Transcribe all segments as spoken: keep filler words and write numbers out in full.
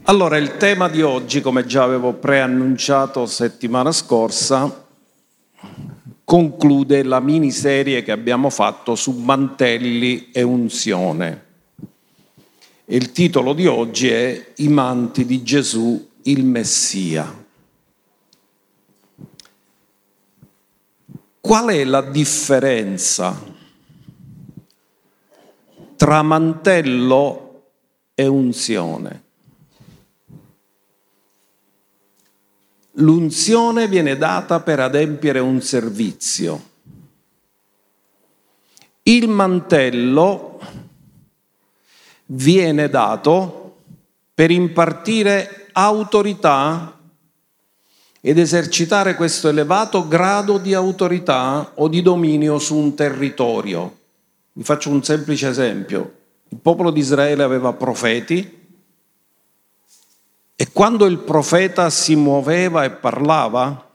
Allora, il tema di oggi, come già avevo preannunciato settimana scorsa, conclude la miniserie che abbiamo fatto su mantelli e unzione. Il titolo di oggi è I manti di Gesù, il Messia. Qual è la differenza tra mantello e unzione? L'unzione viene data per adempiere un servizio. Il mantello viene dato per impartire autorità ed esercitare questo elevato grado di autorità o di dominio su un territorio. Vi faccio un semplice esempio. Il popolo di Israele aveva profeti e quando il profeta si muoveva e parlava,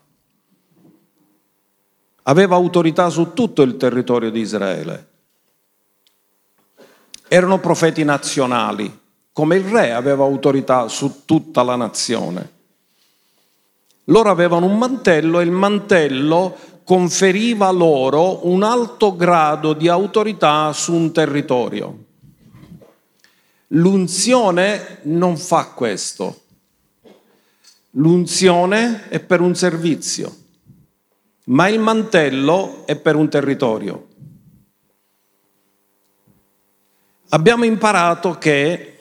aveva autorità su tutto il territorio di Israele. Erano profeti nazionali, come il re aveva autorità su tutta la nazione. Loro avevano un mantello e il mantello conferiva loro un alto grado di autorità su un territorio. L'unzione non fa questo. L'unzione è per un servizio, ma il mantello è per un territorio. Abbiamo imparato che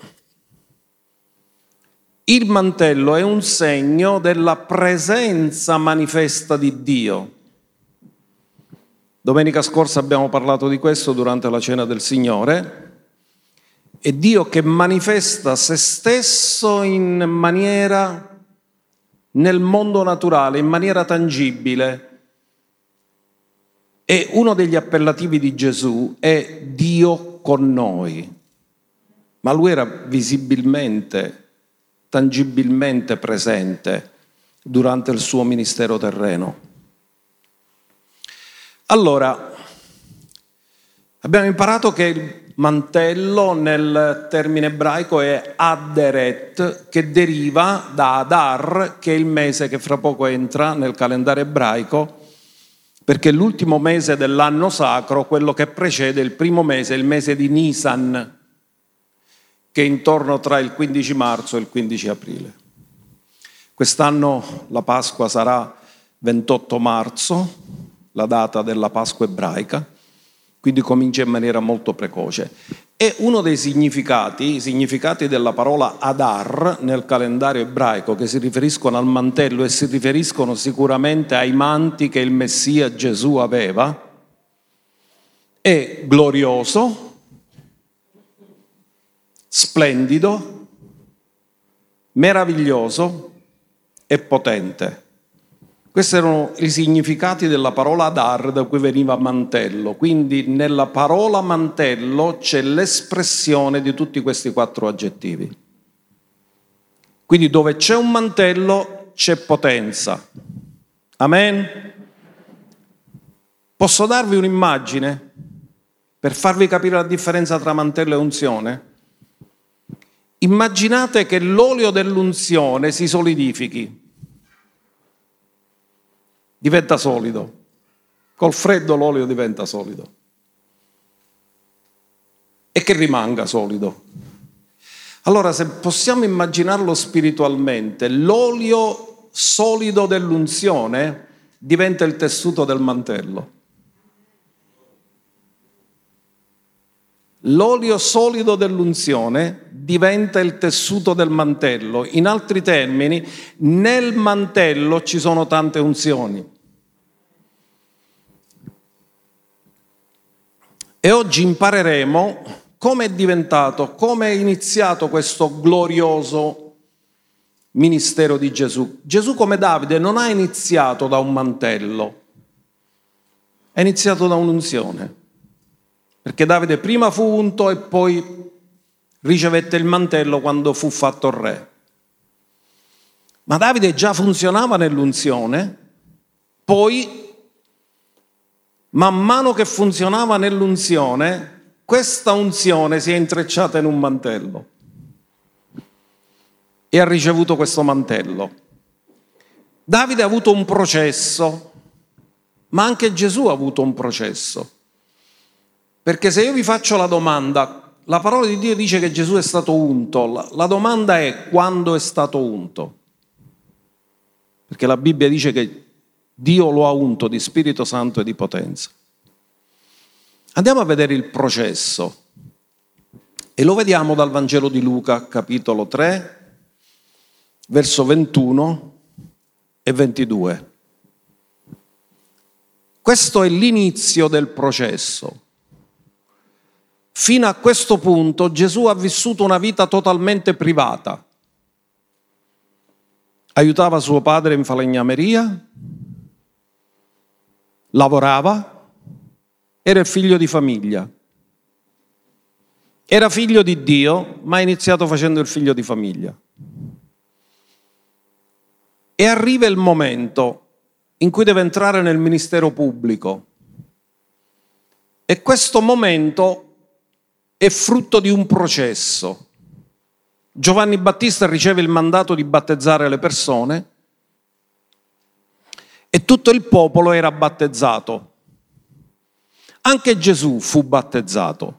il mantello è un segno della presenza manifesta di Dio. Domenica scorsa abbiamo parlato di questo durante la cena del Signore. È Dio che manifesta se stesso in maniera nel mondo naturale, in maniera tangibile. E uno degli appellativi di Gesù è Dio con noi. Ma lui era visibilmente, tangibilmente presente durante il suo ministero terreno. Allora, abbiamo imparato che il mantello nel termine ebraico è Aderet, che deriva da Adar, che è il mese che fra poco entra nel calendario ebraico, perché è l'ultimo mese dell'anno sacro, quello che precede il primo mese, il mese di Nisan, che è intorno tra il quindici marzo e il quindici aprile. Quest'anno la Pasqua sarà ventotto marzo, la data della Pasqua ebraica, quindi comincia in maniera molto precoce. E uno dei significati, i significati della parola Adar nel calendario ebraico, che si riferiscono al mantello e si riferiscono sicuramente ai manti che il Messia Gesù aveva, è glorioso, splendido, meraviglioso e potente. Questi erano i significati della parola Adar, da cui veniva mantello. Quindi nella parola mantello c'è l'espressione di tutti questi quattro aggettivi. Quindi dove c'è un mantello c'è potenza. Amen? Posso darvi un'immagine per farvi capire la differenza tra mantello e unzione? Immaginate che l'olio dell'unzione si solidifichi. Diventa solido. Col freddo l'olio diventa solido. E che rimanga solido. Allora, se possiamo immaginarlo spiritualmente, l'olio solido dell'unzione diventa il tessuto del mantello. L'olio solido dell'unzione diventa il tessuto del mantello. In altri termini, nel mantello ci sono tante unzioni. E oggi impareremo come è diventato, come è iniziato questo glorioso ministero di Gesù. Gesù, come Davide, non ha iniziato da un mantello, è iniziato da un'unzione. Perché Davide prima fu unto e poi ricevette il mantello quando fu fatto re. Ma Davide già funzionava nell'unzione, poi man mano che funzionava nell'unzione, questa unzione si è intrecciata in un mantello. e ha ricevuto questo mantello. Davide ha avuto un processo, ma anche Gesù ha avuto un processo. Perché se io vi faccio la domanda, la parola di Dio dice che Gesù è stato unto, la, la domanda è: quando è stato unto? Perché la Bibbia dice che Dio lo ha unto di Spirito Santo e di potenza. Andiamo a vedere il processo e lo vediamo dal Vangelo di Luca, capitolo tre, verso ventuno e ventidue. Questo è l'inizio del processo. Fino a questo punto Gesù ha vissuto una vita totalmente privata. Aiutava suo padre in falegnameria, lavorava, era il figlio di famiglia. Era figlio di Dio, ma ha iniziato facendo il figlio di famiglia. E arriva il momento in cui deve entrare nel ministero pubblico. E questo momento è frutto di un processo. Giovanni Battista riceve il mandato di battezzare le persone e tutto il popolo era battezzato. Anche Gesù fu battezzato.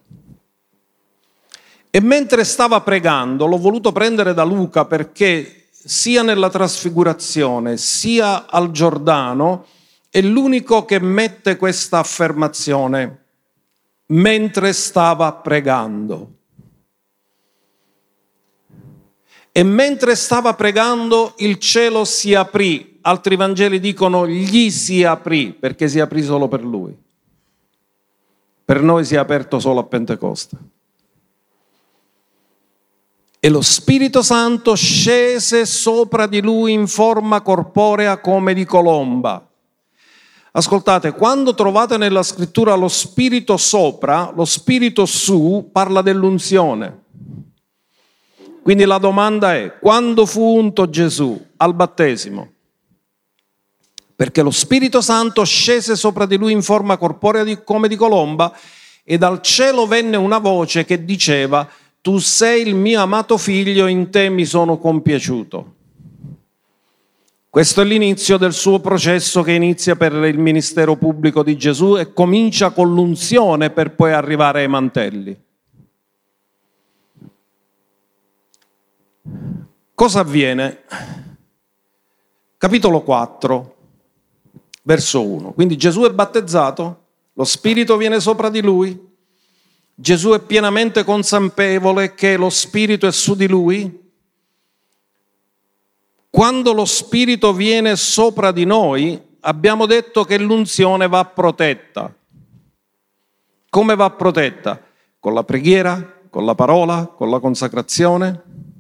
E mentre stava pregando, l'ho voluto prendere da Luca perché sia nella trasfigurazione sia al Giordano è l'unico che mette questa affermazione: mentre stava pregando. E mentre stava pregando il cielo si aprì, altri Vangeli dicono gli si aprì, perché si aprì solo per lui. Per noi si è aperto solo a Pentecoste. E lo Spirito Santo scese sopra di lui in forma corporea come di colomba. Ascoltate, quando trovate nella scrittura lo Spirito sopra, lo Spirito su, parla dell'unzione. Quindi la domanda è: quando fu unto Gesù? Al battesimo. Perché lo Spirito Santo scese sopra di lui in forma corporea di, come di colomba, e dal cielo venne una voce che diceva: tu sei il mio amato figlio, in te mi sono compiaciuto. Questo è l'inizio del suo processo che inizia per il ministero pubblico di Gesù e comincia con l'unzione per poi arrivare ai mantelli. Cosa avviene? Capitolo quattro, verso uno. Quindi Gesù è battezzato, lo Spirito viene sopra di lui, Gesù è pienamente consapevole che lo Spirito è su di lui. Quando lo Spirito viene sopra di noi, abbiamo detto che l'unzione va protetta. Come va protetta? Con la preghiera, con la parola, con la consacrazione.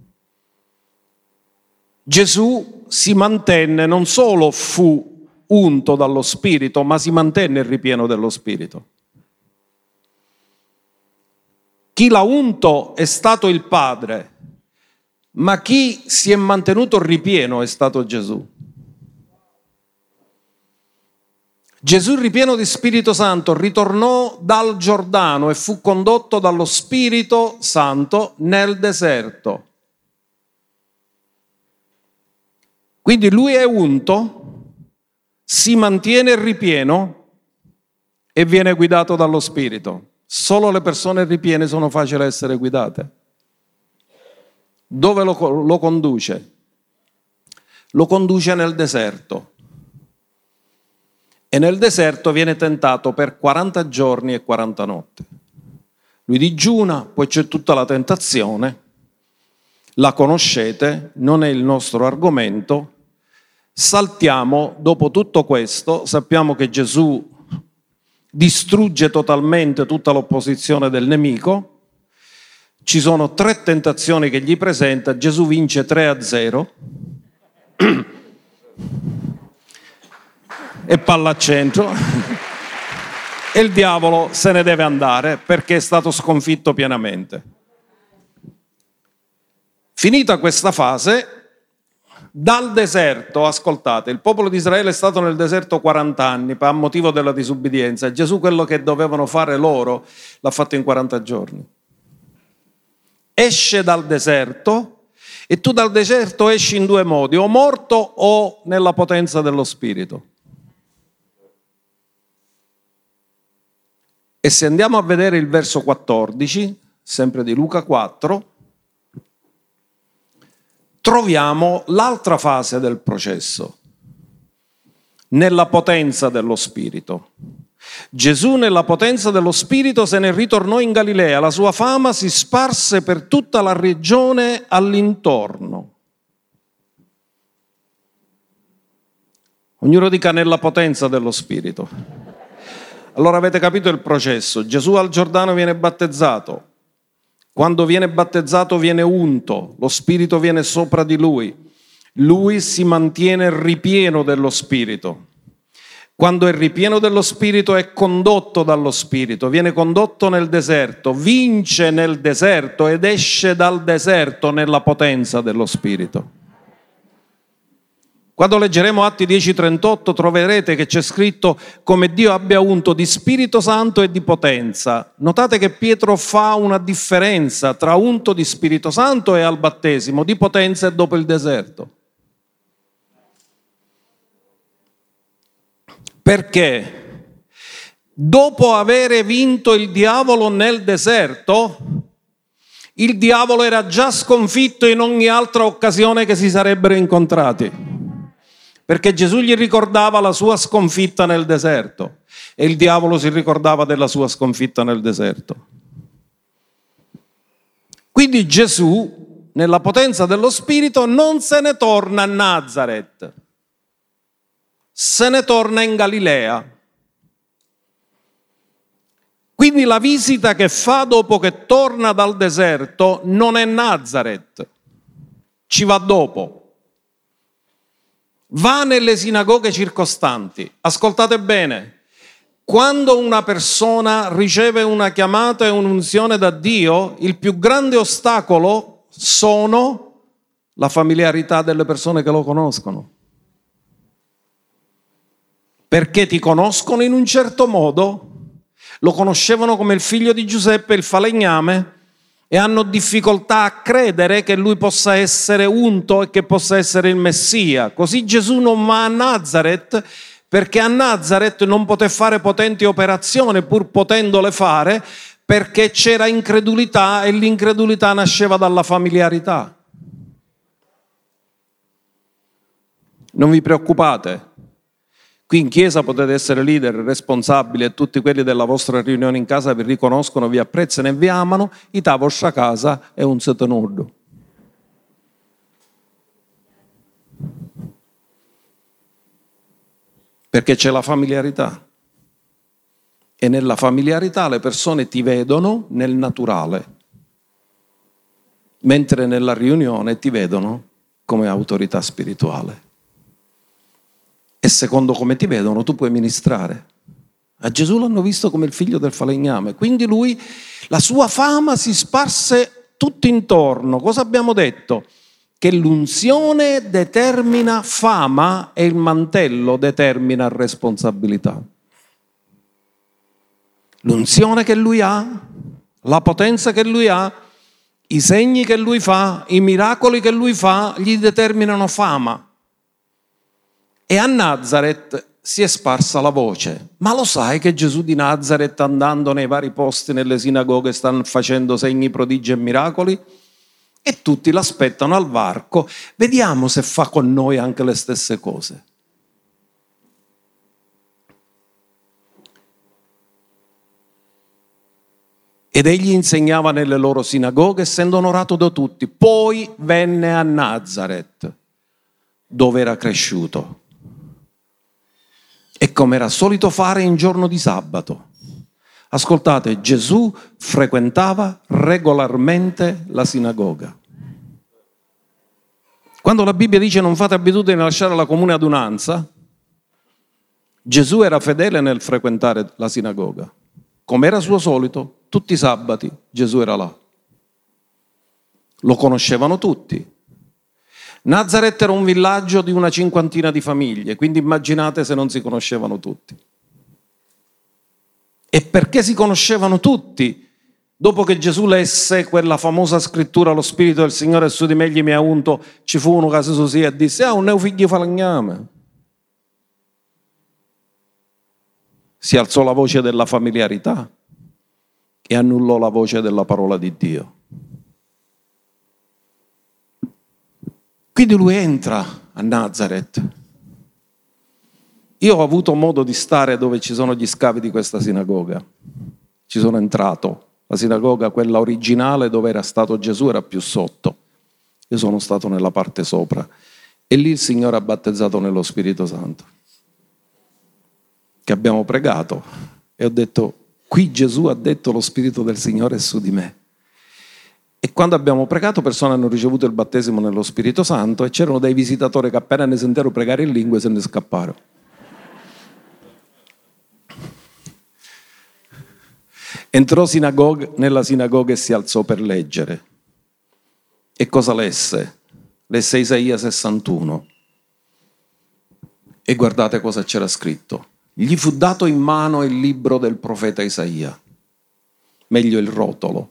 Gesù si mantenne, non solo fu unto dallo Spirito, ma si mantenne il ripieno dello Spirito. Chi l'ha unto è stato il Padre, ma chi si è mantenuto ripieno è stato Gesù. Gesù, ripieno di Spirito Santo, ritornò dal Giordano e fu condotto dallo Spirito Santo nel deserto. Quindi lui è unto, si mantiene ripieno e viene guidato dallo Spirito. Solo le persone ripiene sono facili a essere guidate. Dove lo, lo conduce? Lo conduce nel deserto. E nel deserto viene tentato per quaranta giorni e quaranta notti. Lui digiuna, poi c'è tutta la tentazione. La conoscete, non è il nostro argomento. Saltiamo, dopo tutto questo, sappiamo che Gesù distrugge totalmente tutta l'opposizione del nemico. Ci sono tre tentazioni che gli presenta, Gesù vince tre a zero e palla a centro e il diavolo se ne deve andare perché è stato sconfitto pienamente. Finita questa fase, dal deserto, ascoltate, il popolo di Israele è stato nel deserto quaranta anni a motivo della disubbidienza. Gesù quello che dovevano fare loro l'ha fatto in quaranta giorni. Esce dal deserto E tu dal deserto esci in due modi, o morto o nella potenza dello Spirito. E se andiamo a vedere il verso quattordici, sempre di Luca quattro, troviamo l'altra fase del processo, nella potenza dello Spirito. Gesù nella potenza dello Spirito se ne ritornò in Galilea, la sua fama si sparse per tutta la regione all'intorno. Ognuno dica nella potenza dello Spirito. Allora avete capito il processo. Gesù al Giordano viene battezzato. Quando viene battezzato viene unto, lo Spirito viene sopra di lui. Lui si mantiene ripieno dello Spirito. Quando è ripieno dello Spirito è condotto dallo Spirito, viene condotto nel deserto, vince nel deserto ed esce dal deserto nella potenza dello Spirito. Quando leggeremo Atti dieci trentotto troverete che c'è scritto come Dio abbia unto di Spirito Santo e di potenza. Notate che Pietro fa una differenza tra unto di Spirito Santo e al battesimo, di potenza e dopo il deserto. Perché dopo avere vinto il diavolo nel deserto, il diavolo era già sconfitto in ogni altra occasione che si sarebbero incontrati. Perché Gesù gli ricordava la sua sconfitta nel deserto e il diavolo si ricordava della sua sconfitta nel deserto. Quindi Gesù, nella potenza dello Spirito, non se ne torna a Nazaret. Se ne torna in Galilea. Quindi la visita che fa dopo che torna dal deserto non è Nazaret, ci va dopo. Va nelle sinagoghe circostanti. Ascoltate bene, quando una persona riceve una chiamata e un'unzione da Dio, il più grande ostacolo sono la familiarità delle persone che lo conoscono. Perché ti conoscono in un certo modo, lo conoscevano come il figlio di Giuseppe, il falegname, e hanno difficoltà a credere che lui possa essere unto e che possa essere il Messia. Così Gesù non va a Nazaret, perché a Nazaret non poté fare potenti operazioni, pur potendole fare, perché c'era incredulità e l'incredulità nasceva dalla familiarità. Non vi preoccupate. Qui in chiesa potete essere leader, responsabili e tutti quelli della vostra riunione in casa vi riconoscono, vi apprezzano e vi amano, e la vostra casa è un setenuto. Perché c'è la familiarità. E nella familiarità le persone ti vedono nel naturale, mentre nella riunione ti vedono come autorità spirituale. E secondo come ti vedono tu puoi ministrare. A Gesù l'hanno visto come il figlio del falegname, quindi lui, la sua fama si sparse tutto intorno. Cosa abbiamo detto? Che l'unzione determina fama e il mantello determina responsabilità. L'unzione che lui ha, la potenza che lui ha, i segni che lui fa, i miracoli che lui fa, gli determinano fama. E a Nazaret si è sparsa la voce. Ma lo sai che Gesù di Nazaret, andando nei vari posti nelle sinagoghe, sta facendo segni, prodigi e miracoli? E tutti l'aspettano al varco. Vediamo se fa con noi anche le stesse cose. Ed egli insegnava nelle loro sinagoghe, essendo onorato da tutti. Poi venne a Nazaret, dove era cresciuto. E come era solito fare in giorno di sabato. Ascoltate, Gesù frequentava regolarmente la sinagoga. Quando la Bibbia dice non fate abitudine a lasciare la comune adunanza, Gesù era fedele nel frequentare la sinagoga. Come era suo solito, tutti i sabati Gesù era là. Lo conoscevano tutti. Nazaret era un villaggio di una cinquantina di famiglie, quindi immaginate se non si conoscevano tutti. E perché si conoscevano tutti, Dopo che Gesù lesse quella famosa scrittura, lo Spirito del Signore è su di me, gli mi ha unto, ci fu uno che si così e disse, ah, un mio figlio falagname. Si alzò la voce della familiarità e annullò la voce della parola di Dio. Quindi lui entra a Nazareth. Io ho avuto modo di stare dove ci sono gli scavi di questa sinagoga. Ci sono entrato. La sinagoga, quella originale dove era stato Gesù, era più sotto. Io sono stato nella parte sopra. E lì il Signore ha battezzato nello Spirito Santo. Che abbiamo pregato. E ho detto, qui Gesù ha detto lo Spirito del Signore è su di me. E quando abbiamo pregato, persone hanno ricevuto il battesimo nello Spirito Santo e c'erano dei visitatori che appena ne sentirono pregare in lingue se ne scapparono. Entrò sinagoga, nella sinagoga e si alzò per leggere. E cosa lesse? Lesse Isaia sessantuno. E guardate cosa c'era scritto. Gli fu dato in mano il libro del profeta Isaia. Meglio il rotolo.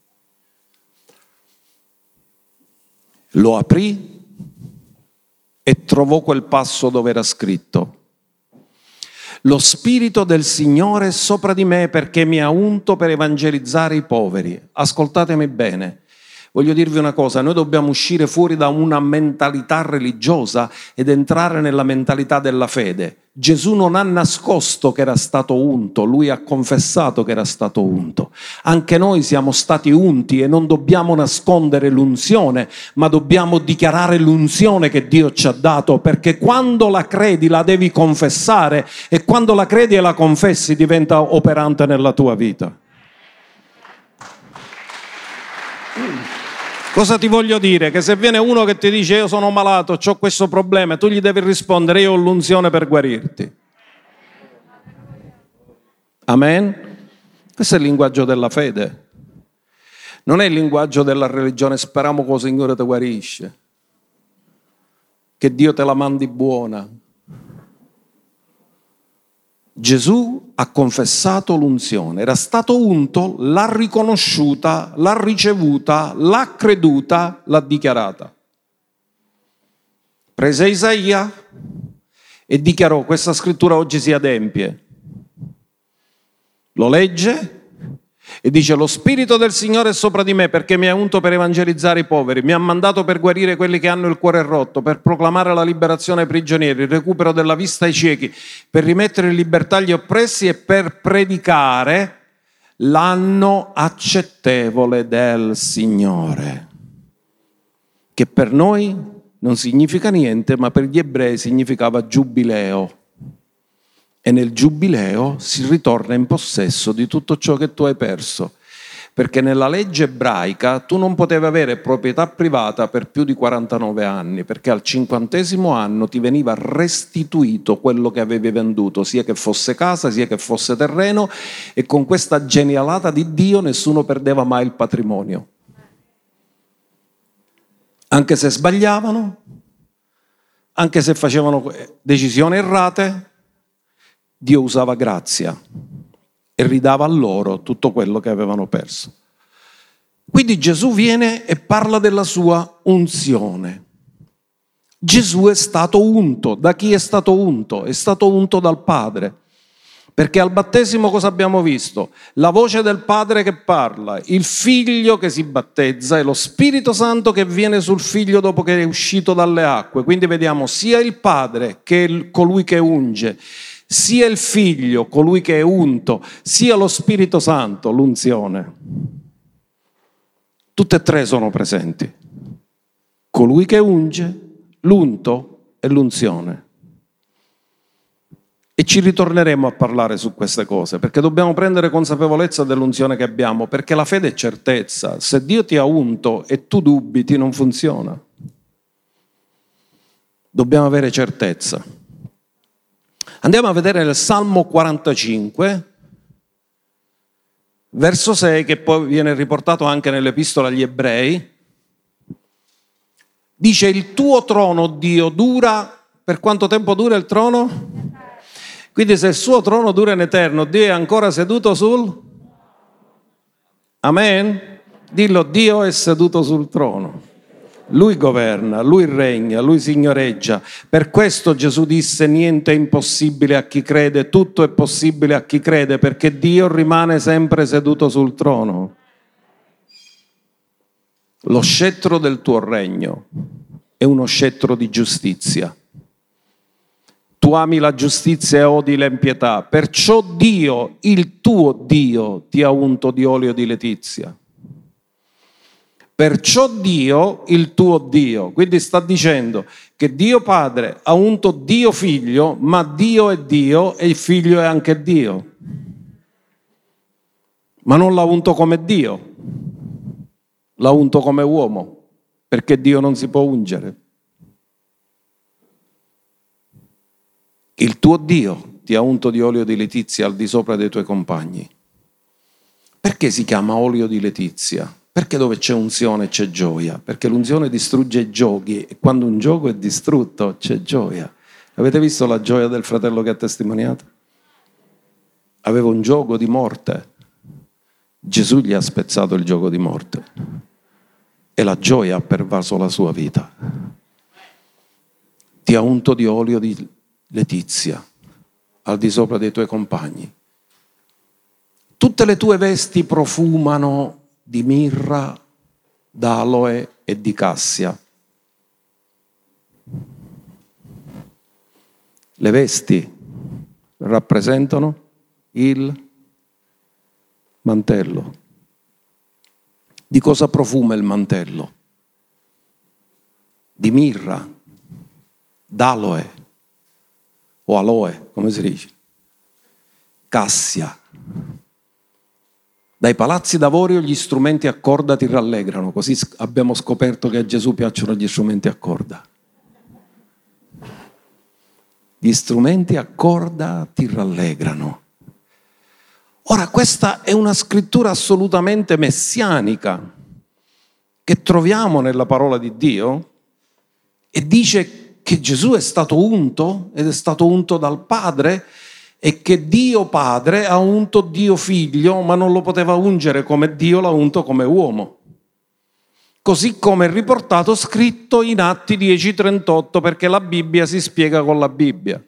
Lo aprì e trovò quel passo dove era scritto: lo Spirito del Signore è sopra di me perché mi ha unto per evangelizzare i poveri. Ascoltatemi bene, voglio dirvi una cosa, noi dobbiamo uscire fuori da una mentalità religiosa ed entrare nella mentalità della fede. Gesù non ha nascosto che era stato unto, lui ha confessato che era stato unto. Anche noi siamo stati unti e non dobbiamo nascondere l'unzione, ma dobbiamo dichiarare l'unzione che Dio ci ha dato, perché quando la credi la devi confessare e quando la credi e la confessi diventa operante nella tua vita. Cosa ti voglio dire? Che se viene uno che ti dice io sono malato, ho questo problema, tu gli devi rispondere io ho l'unzione per guarirti. Amen? Questo è il linguaggio della fede. Non è il linguaggio della religione, speriamo che il Signore ti guarisce, che Dio te la mandi buona. Gesù ha confessato l'unzione, era stato unto, l'ha riconosciuta, l'ha ricevuta, l'ha creduta, l'ha dichiarata. Prese Isaia e dichiarò: questa scrittura oggi si adempie. Lo legge e dice: lo Spirito del Signore è sopra di me perché mi ha unto per evangelizzare i poveri, mi ha mandato per guarire quelli che hanno il cuore rotto, per proclamare la liberazione ai prigionieri, il recupero della vista ai ciechi, per rimettere in libertà gli oppressi e per predicare l'anno accettevole del Signore, che per noi non significa niente, ma per gli ebrei significava giubileo. E nel giubileo si ritorna in possesso di tutto ciò che tu hai perso, perché nella legge ebraica tu non potevi avere proprietà privata per più di quarantanove anni, perché al cinquantesimo anno ti veniva restituito quello che avevi venduto, sia che fosse casa, sia che fosse terreno, e con questa genialata di Dio nessuno perdeva mai il patrimonio. Anche se sbagliavano, anche se facevano decisioni errate, Dio usava grazia e ridava a loro tutto quello che avevano perso. Quindi Gesù viene e parla della sua unzione. Gesù è stato unto. Da chi è stato unto? È stato unto dal Padre. Perché al battesimo cosa abbiamo visto? La voce del Padre che parla, il Figlio che si battezza e lo Spirito Santo che viene sul Figlio dopo che è uscito dalle acque. Quindi vediamo sia il Padre che il, colui che unge, sia il Figlio, colui che è unto, sia lo Spirito Santo, l'unzione. Tutte e tre sono presenti. Colui che unge, l'unto e l'unzione. E ci ritorneremo a parlare su queste cose, perché dobbiamo prendere consapevolezza dell'unzione che abbiamo, perché la fede è certezza. Se Dio ti ha unto e tu dubiti, non funziona. Dobbiamo avere certezza. Andiamo a vedere nel Salmo quarantacinque, verso sei, che poi viene riportato anche nell'Epistola agli Ebrei. Dice: il tuo trono, Dio, dura... Per quanto tempo dura il trono? Quindi se il suo trono dura in eterno, Dio è ancora seduto sul... Amen? Dillo, Dio è seduto sul trono. Lui governa, Lui regna, Lui signoreggia. Per questo Gesù disse: niente è impossibile a chi crede, tutto è possibile a chi crede, perché Dio rimane sempre seduto sul trono. Lo scettro del tuo regno è uno scettro di giustizia. Tu ami la giustizia e odi l'impietà, perciò Dio, il tuo Dio, ti ha unto di olio di letizia. Perciò Dio, il tuo Dio, quindi sta dicendo che Dio Padre ha unto Dio Figlio, ma Dio è Dio e il Figlio è anche Dio. Ma non l'ha unto come Dio, l'ha unto come uomo, perché Dio non si può ungere. Il tuo Dio ti ha unto di olio di letizia al di sopra dei tuoi compagni. Perché si chiama olio di letizia? Perché dove c'è unzione c'è gioia? Perché l'unzione distrugge i giochi e quando un gioco è distrutto c'è gioia. Avete visto la gioia del fratello che ha testimoniato? Aveva un gioco di morte. Gesù gli ha spezzato il gioco di morte e la gioia ha pervaso la sua vita. Ti ha unto di olio di letizia al di sopra dei tuoi compagni. Tutte le tue vesti profumano di mirra, d'aloe e di cassia. Le vesti rappresentano il mantello. Di cosa profuma il mantello? Di mirra, d'aloe o aloe, come si dice? Cassia. Dai palazzi d'avorio gli strumenti a corda ti rallegrano, così abbiamo scoperto che a Gesù piacciono gli strumenti a corda. Gli strumenti a corda ti rallegrano. Ora, questa è una scrittura assolutamente messianica che troviamo nella parola di Dio e dice che Gesù è stato unto ed è stato unto dal Padre e che Dio Padre ha unto Dio Figlio, ma non lo poteva ungere come Dio, l'ha unto come uomo. Così come è riportato scritto in Atti dieci trentotto, perché la Bibbia si spiega con la Bibbia.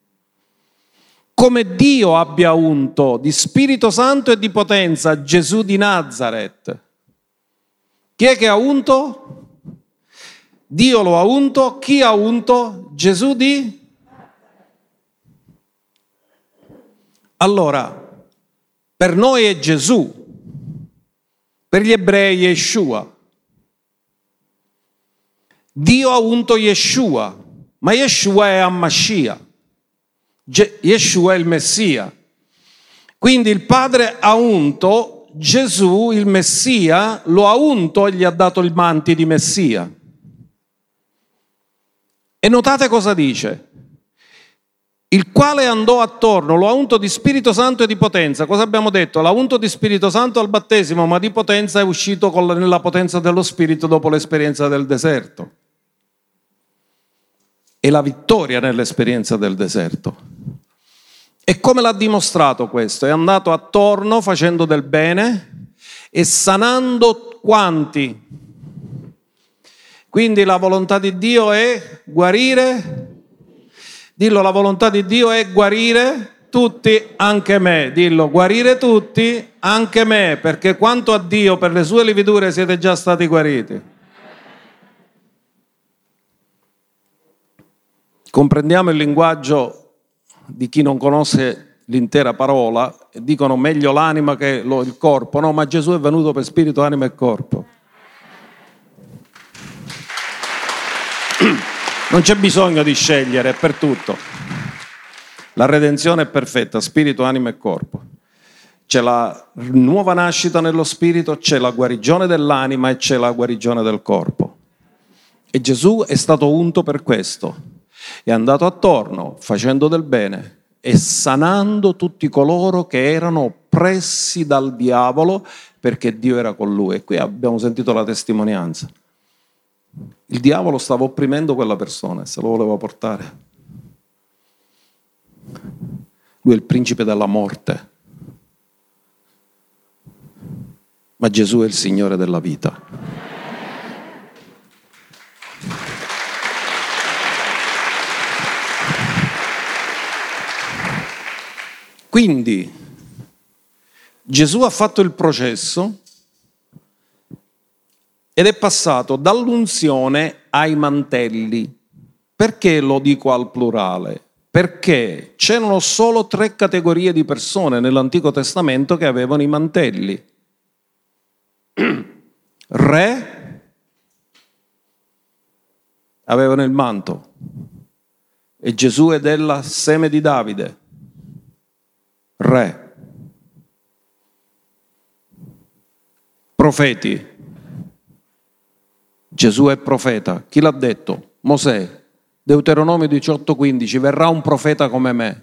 Come Dio abbia unto di Spirito Santo e di potenza Gesù di Nazaret. Chi è che ha unto? Dio lo ha unto. Chi ha unto? Gesù di... Allora, per noi è Gesù, per gli ebrei è Yeshua. Dio ha unto Yeshua, ma Yeshua è Hamashiach. Yeshua è il Messia. Quindi il Padre ha unto Gesù, il Messia, lo ha unto e gli ha dato il manto di Messia. E notate cosa dice. Il quale andò attorno, lo ha unto di Spirito Santo e di potenza. Cosa abbiamo detto? L'ha unto di Spirito Santo al battesimo, ma di potenza è uscito con la, nella potenza dello Spirito dopo l'esperienza del deserto. E la vittoria nell'esperienza del deserto. E come l'ha dimostrato questo? È andato attorno facendo del bene e sanando quanti? Quindi la volontà di Dio è guarire. Dillo, la volontà di Dio è guarire tutti, anche me. Dillo, guarire tutti, anche me, perché quanto a Dio per le sue lividure siete già stati guariti. Comprendiamo il linguaggio di chi non conosce l'intera parola e dicono meglio l'anima che lo, il corpo. No, ma Gesù è venuto per spirito, anima e corpo. Non c'è bisogno di scegliere, è per tutto. La redenzione è perfetta, spirito, anima e corpo. C'è la nuova nascita nello spirito, c'è la guarigione dell'anima e c'è la guarigione del corpo. E Gesù è stato unto per questo. È andato attorno facendo del bene e sanando tutti coloro che erano oppressi dal diavolo perché Dio era con lui. E qui abbiamo sentito la testimonianza. Il diavolo stava opprimendo quella persona e se lo voleva portare. Lui è il principe della morte. ma Gesù è il Signore della vita. Quindi Gesù ha fatto il processo ed è passato dall'unzione ai mantelli. Perché lo dico al plurale? Perché c'erano solo tre categorie di persone nell'Antico Testamento che avevano i mantelli. Re avevano il manto e Gesù è della seme di Davide. Re. Profeti. Gesù è profeta. Chi l'ha detto? Mosè. Deuteronomio diciotto quindici, verrà un profeta come me.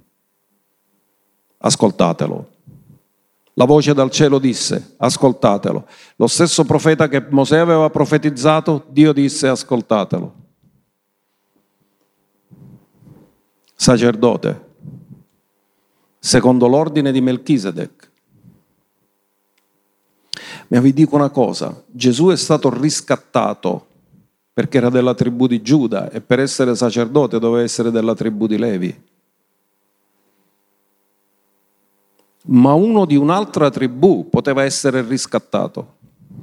Ascoltatelo. La voce dal cielo disse, ascoltatelo. Lo stesso profeta che Mosè aveva profetizzato, Dio disse, ascoltatelo. Sacerdote, secondo l'ordine di Melchisedec. Ma vi dico una cosa, Gesù è stato riscattato perché era della tribù di Giuda e per essere sacerdote doveva essere della tribù di Levi. Ma uno di un'altra tribù poteva essere riscattato.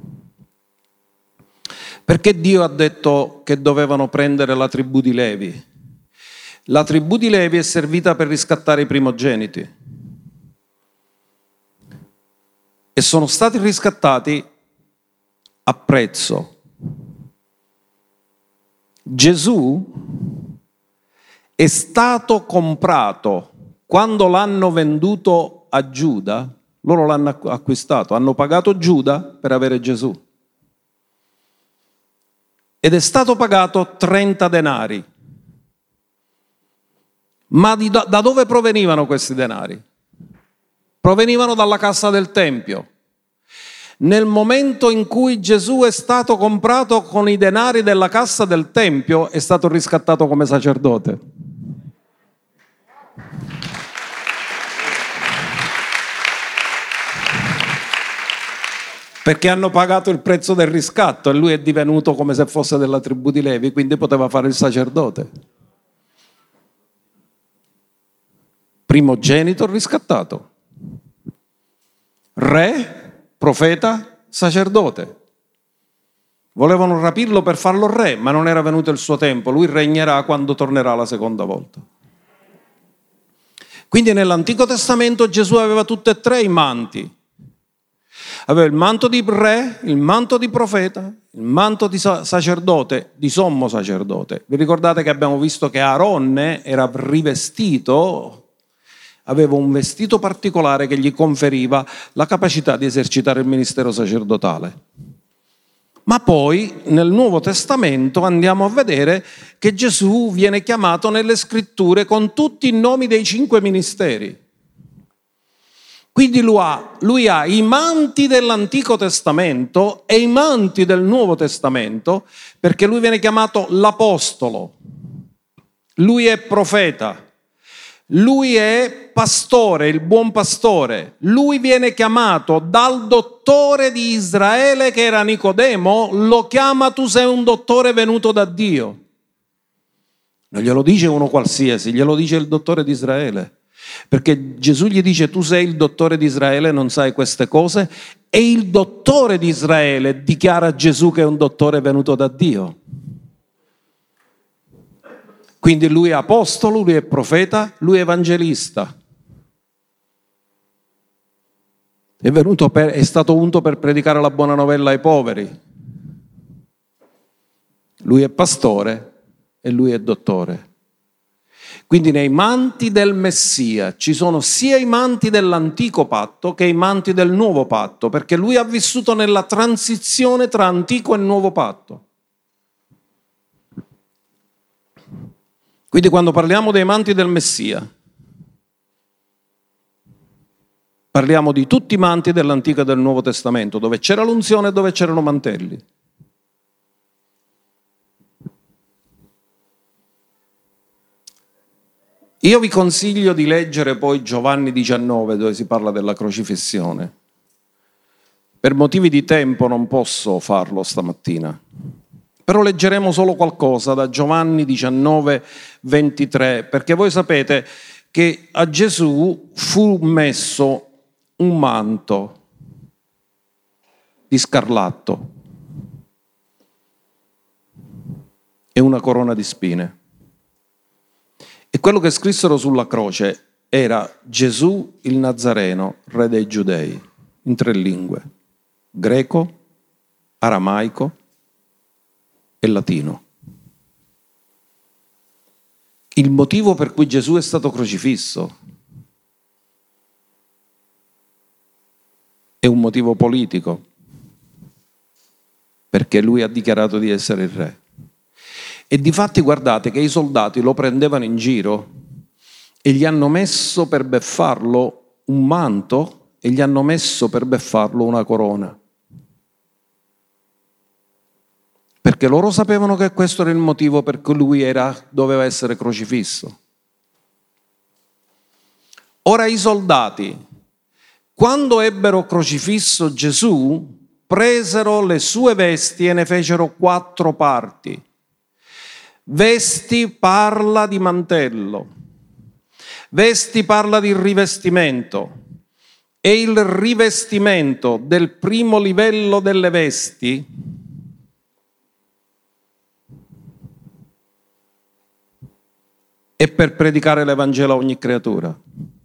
Perché Dio ha detto che dovevano prendere la tribù di Levi? La tribù di Levi è servita per riscattare i primogeniti. E sono stati riscattati a prezzo. Gesù è stato comprato quando l'hanno venduto a Giuda, loro l'hanno acquistato, hanno pagato Giuda per avere Gesù. Ed è stato pagato trenta denari. Ma di, da dove provenivano questi denari? Provenivano dalla cassa del Tempio. Nel momento in cui Gesù è stato comprato con i denari della cassa del Tempio, è stato riscattato come sacerdote. Perché hanno pagato il prezzo del riscatto e lui è divenuto come se fosse della tribù di Levi, quindi poteva fare il sacerdote. Primogenito riscattato. Re, profeta, sacerdote. Volevano rapirlo per farlo re, ma non era venuto il suo tempo. Lui regnerà quando tornerà la seconda volta. Quindi nell'Antico Testamento Gesù aveva tutti e tre i manti. Aveva il manto di re, il manto di profeta, il manto di sacerdote, di sommo sacerdote. Vi ricordate che abbiamo visto che Aaronne era rivestito, aveva un vestito particolare che gli conferiva la capacità di esercitare il ministero sacerdotale. Ma poi nel Nuovo Testamento andiamo a vedere che Gesù viene chiamato nelle scritture con tutti i nomi dei cinque ministeri. Quindi lui ha, lui ha i manti dell'Antico Testamento e i manti del Nuovo Testamento, perché lui viene chiamato l'Apostolo, lui è profeta, lui è pastore, il buon pastore, lui viene chiamato dal dottore di Israele che era Nicodemo, lo chiama tu sei un dottore venuto da Dio. Non glielo dice uno qualsiasi, glielo dice il dottore di Israele. Perché Gesù gli dice tu sei il dottore di Israele, non sai queste cose, e il dottore di Israele dichiara a Gesù che è un dottore venuto da Dio. Quindi lui è apostolo, lui è profeta, lui è evangelista. È, venuto per, è stato unto per predicare la buona novella ai poveri. Lui è pastore e lui è dottore. Quindi nei manti del Messia ci sono sia i manti dell'antico patto che i manti del nuovo patto, perché lui ha vissuto nella transizione tra antico e nuovo patto. Quindi quando parliamo dei manti del Messia, parliamo di tutti i manti dell'Antico e del Nuovo Testamento, dove c'era l'unzione e dove c'erano mantelli. Io vi consiglio di leggere poi Giovanni diciannove, dove si parla della crocifissione. Per motivi di tempo non posso farlo stamattina, però leggeremo solo qualcosa da Giovanni diciannove ventitré, perché voi sapete che a Gesù fu messo un manto di scarlatto e una corona di spine. E quello che scrissero sulla croce era Gesù il Nazareno, re dei Giudei, in tre lingue: greco, aramaico e latino. Il motivo per cui Gesù è stato crocifisso è un motivo politico, perché lui ha dichiarato di essere il re. E difatti guardate che i soldati lo prendevano in giro e gli hanno messo per beffarlo un manto e gli hanno messo per beffarlo una corona. Perché loro sapevano che questo era il motivo per cui lui era, doveva essere crocifisso. Ora i soldati, quando ebbero crocifisso Gesù, presero le sue vesti e ne fecero quattro parti. Vesti parla di mantello, vesti parla di rivestimento, e il rivestimento del primo livello delle vesti è per predicare l'Evangelo a ogni creatura.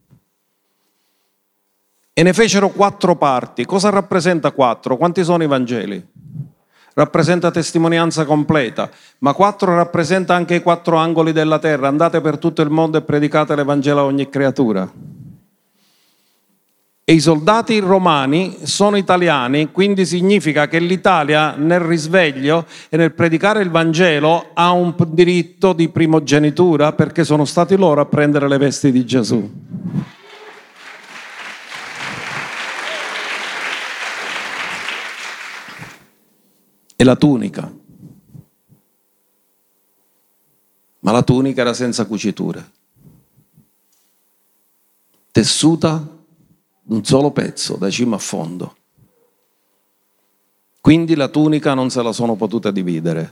E ne fecero quattro parti. Cosa rappresenta quattro? Quanti sono i Vangeli? Rappresenta testimonianza completa, ma quattro rappresenta anche i quattro angoli della terra. Andate per tutto il mondo e predicate l'Evangelo a ogni creatura. E i soldati romani sono italiani, quindi significa che l'Italia nel risveglio e nel predicare il Vangelo ha un diritto di primogenitura, perché sono stati loro a prendere le vesti di Gesù. E la tunica. Ma la tunica era senza cuciture, tessuta d'un solo pezzo, da cima a fondo. Quindi la tunica non se la sono potuta dividere.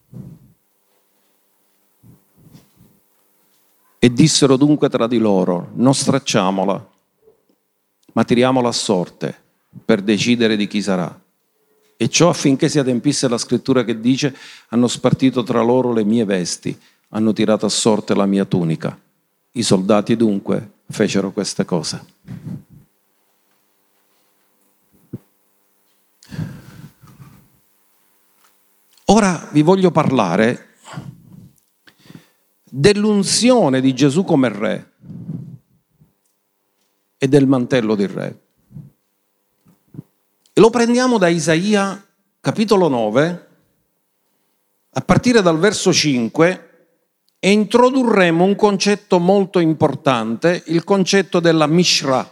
E dissero dunque tra di loro: non stracciamola, ma tiriamola a sorte per decidere di chi sarà. E ciò affinché si adempisse la scrittura che dice: hanno spartito tra loro le mie vesti, hanno tirato a sorte la mia tunica. I soldati dunque fecero queste cose. Ora vi voglio parlare dell'unzione di Gesù come re e del mantello di re. E lo prendiamo da Isaia capitolo nove, a partire dal verso cinque, e introdurremo un concetto molto importante, il concetto della Mishra.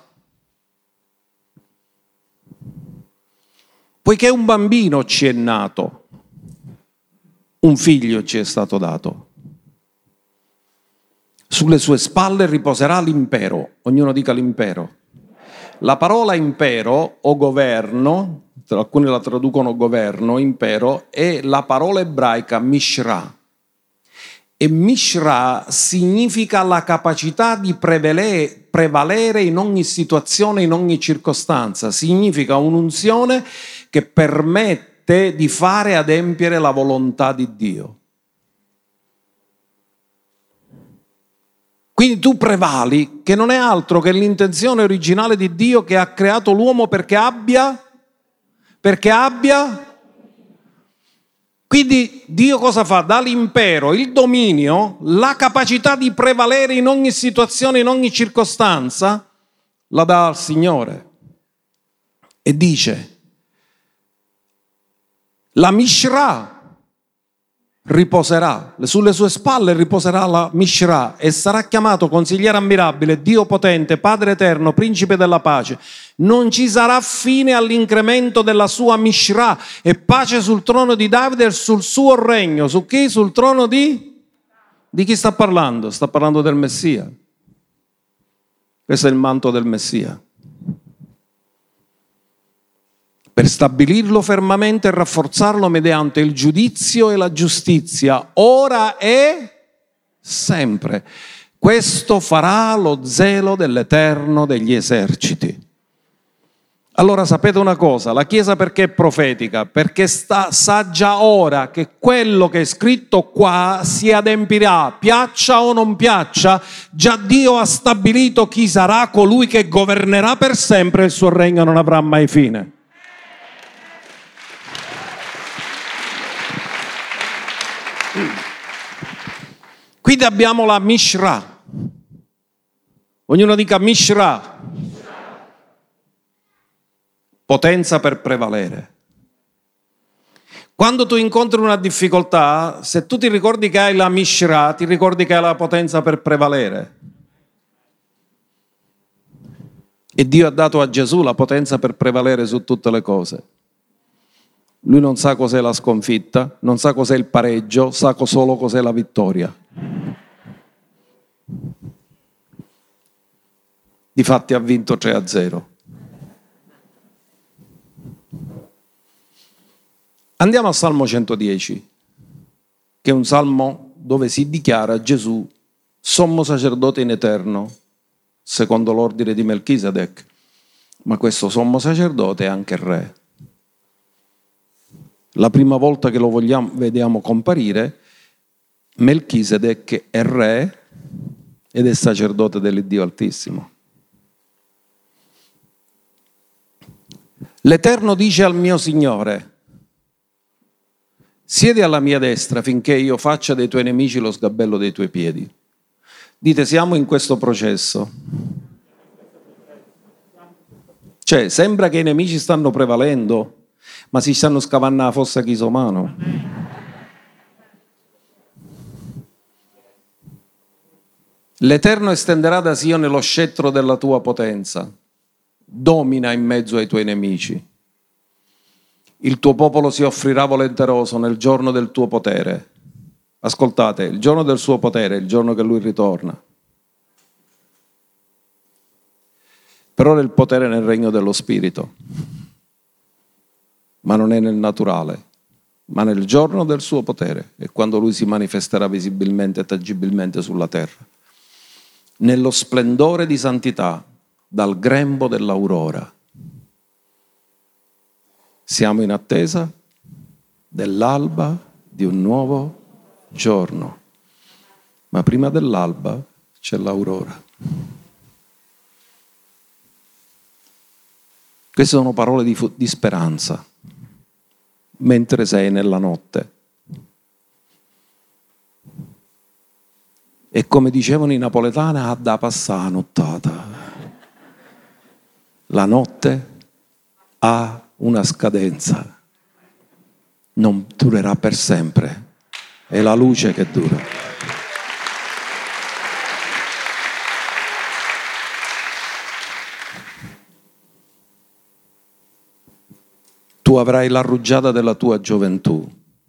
Poiché un bambino ci è nato, un figlio ci è stato dato. Sulle sue spalle riposerà l'impero. Ognuno dica l'impero. La parola impero o governo, alcuni la traducono governo, impero, è la parola ebraica Mishra. E Mishra significa la capacità di prevalere, prevalere in ogni situazione, in ogni circostanza. Significa un'unzione che permette di fare adempiere la volontà di Dio. Quindi tu prevali, che non è altro che l'intenzione originale di Dio, che ha creato l'uomo perché abbia, perché abbia. Quindi Dio cosa fa? Dà l'impero, il dominio, la capacità di prevalere in ogni situazione, in ogni circostanza, la dà al Signore. E dice: la Mishra riposerà, sulle sue spalle riposerà la Mishra, e sarà chiamato consigliere ammirabile, Dio potente, Padre eterno, principe della pace. Non ci sarà fine all'incremento della sua Mishra, e pace sul trono di Davide e sul suo regno. Su chi? Sul trono di? Di chi sta parlando? Sta parlando del Messia. Questo è il manto del Messia. per stabilirlo fermamente e rafforzarlo mediante il giudizio e la giustizia, ora e sempre. Questo farà lo zelo dell'Eterno degli eserciti. Allora sapete una cosa, la Chiesa perché è profetica? Perché sta, sa già ora che quello che è scritto qua si adempirà, piaccia o non piaccia, già Dio ha stabilito chi sarà colui che governerà per sempre e il suo regno non avrà mai fine. Quindi abbiamo la Mishra. Ognuno dica Mishra. Potenza per prevalere. Quando tu incontri una difficoltà, se tu ti ricordi che hai la Mishra, ti ricordi che hai la potenza per prevalere. E Dio ha dato a Gesù la potenza per prevalere su tutte le cose. Lui non sa cos'è la sconfitta, non sa cos'è il pareggio, sa solo cos'è la vittoria. Difatti ha vinto tre a zero. Andiamo al Salmo centodieci, che è un salmo dove si dichiara Gesù sommo sacerdote in eterno, secondo l'ordine di Melchisedec, ma questo sommo sacerdote è anche re. La prima volta che lo vogliamo, vediamo comparire, Melchisedec è re ed è sacerdote dell'Iddio Altissimo. L'Eterno dice al mio Signore: siedi alla mia destra finché io faccia dei tuoi nemici lo sgabello dei tuoi piedi. Dite, siamo in questo processo. Cioè, sembra che i nemici stanno prevalendo, ma si stanno scavando la fossa chisomano. L'Eterno estenderà da Sione lo scettro della tua potenza. Domina in mezzo ai tuoi nemici. Il tuo popolo si offrirà volenteroso nel giorno del tuo potere. Ascoltate, il giorno del suo potere è il giorno che lui ritorna. Per ora il potere è nel regno dello Spirito, ma non è nel naturale, ma nel giorno del suo potere, è quando lui si manifesterà visibilmente e tangibilmente sulla terra. Nello splendore di santità, dal grembo dell'aurora. Siamo in attesa dell'alba di un nuovo giorno, ma prima dell'alba c'è l'aurora. Queste sono parole di, fu- di speranza, mentre sei nella notte. E come dicevano i napoletani, ha da passare la nottata. La notte ha una scadenza, non durerà per sempre, è la luce che dura. Tu avrai la rugiada della tua gioventù.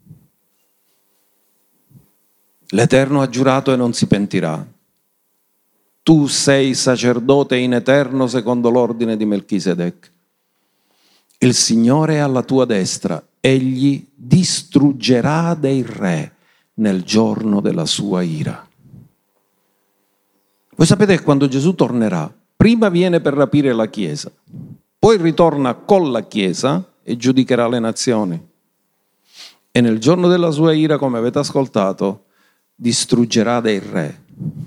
L'Eterno ha giurato e non si pentirà. Tu sei sacerdote in eterno secondo l'ordine di Melchisedec. Il Signore è alla tua destra, egli distruggerà dei re nel giorno della sua ira. Voi sapete che quando Gesù tornerà, prima viene per rapire la Chiesa, poi ritorna con la Chiesa e giudicherà le nazioni. E nel giorno della sua ira, come avete ascoltato, distruggerà dei re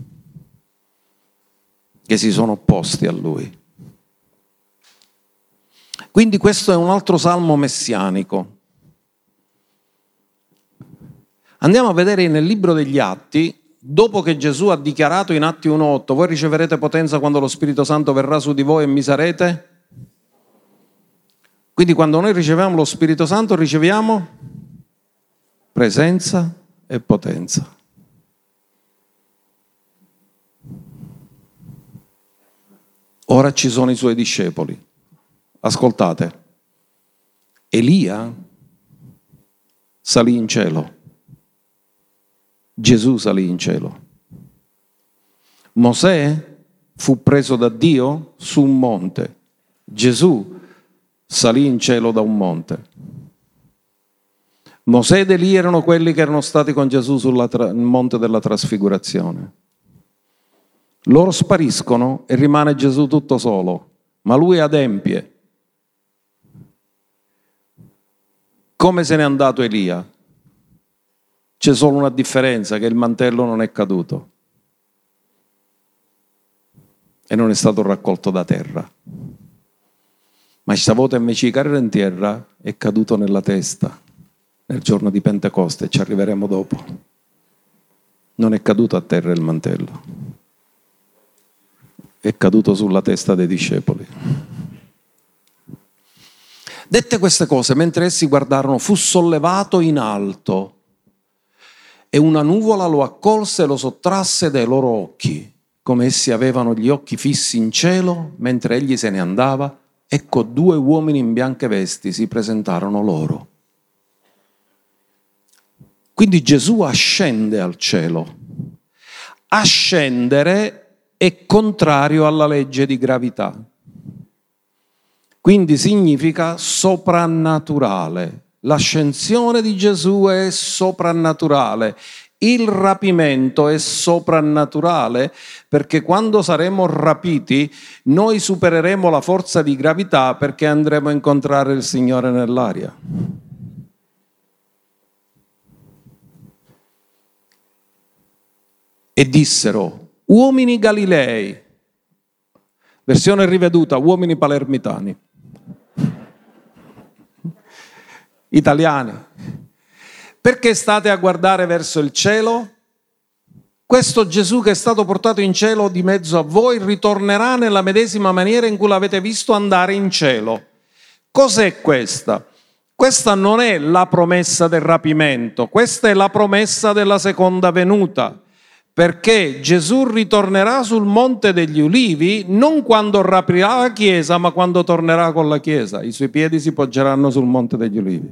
che si sono opposti a lui. Quindi questo è un altro salmo messianico. Andiamo a vedere nel libro degli Atti, dopo che Gesù ha dichiarato in Atti uno otto, voi riceverete potenza quando lo Spirito Santo verrà su di voi e mi sarete. Quindi quando noi riceviamo lo Spirito Santo riceviamo presenza e potenza. Ora ci sono i suoi discepoli. Ascoltate, Elia salì in cielo, Gesù salì in cielo, Mosè fu preso da Dio su un monte, Gesù salì in cielo da un monte. Mosè ed Elia erano quelli che erano stati con Gesù sul tra- monte della trasfigurazione. Loro spariscono e rimane Gesù tutto solo, ma lui adempie. Come se n'è andato Elia? C'è solo una differenza, che il mantello non è caduto e non è stato raccolto da terra. Ma stavolta invece di cadere in terra è caduto nella testa, nel giorno di Pentecoste, ci arriveremo dopo. Non è caduto a terra il mantello, è caduto sulla testa dei discepoli. Dette queste cose, mentre essi guardarono, fu sollevato in alto e una nuvola lo accolse e lo sottrasse dai loro occhi. Come essi avevano gli occhi fissi in cielo, mentre egli se ne andava, ecco due uomini in bianche vesti si presentarono loro. Quindi Gesù ascende al cielo. Ascendere è contrario alla legge di gravità. Quindi significa soprannaturale. L'ascensione di Gesù è soprannaturale. Il rapimento è soprannaturale perché quando saremo rapiti noi supereremo la forza di gravità perché andremo a incontrare il Signore nell'aria. E dissero, uomini Galilei, versione riveduta, uomini palermitani, italiani, perché state a guardare verso il cielo? Questo Gesù che è stato portato in cielo di mezzo a voi ritornerà nella medesima maniera in cui l'avete visto andare in cielo. Cos'è questa? Questa non è la promessa del rapimento, questa è la promessa della seconda venuta. Perché Gesù ritornerà sul Monte degli Ulivi non quando rapirà la Chiesa, ma quando tornerà con la Chiesa. I suoi piedi si poggeranno sul Monte degli Ulivi.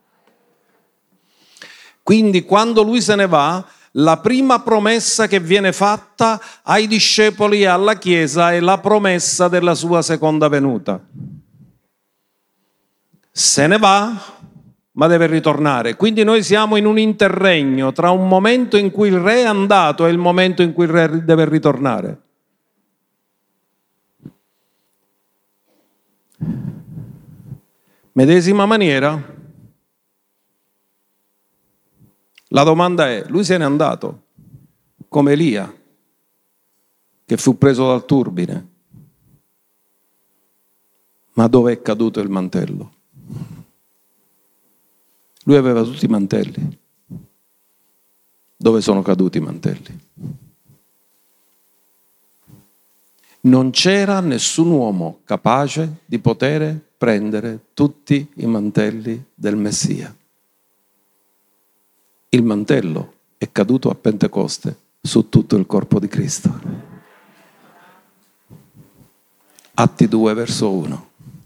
Quindi quando lui se ne va, la prima promessa che viene fatta ai discepoli e alla Chiesa è la promessa della sua seconda venuta. Se ne va, ma deve ritornare. Quindi noi siamo in un interregno tra un momento in cui il re è andato e il momento in cui il re deve ritornare. Medesima maniera, la domanda è, lui se n'è andato, come Elia, che fu preso dal turbine. Ma dove è caduto il mantello? Lui aveva tutti i mantelli. Dove sono caduti i mantelli? Non c'era nessun uomo capace di poter prendere tutti i mantelli del Messia. Il mantello è caduto a Pentecoste su tutto il corpo di Cristo. Atti due, verso uno.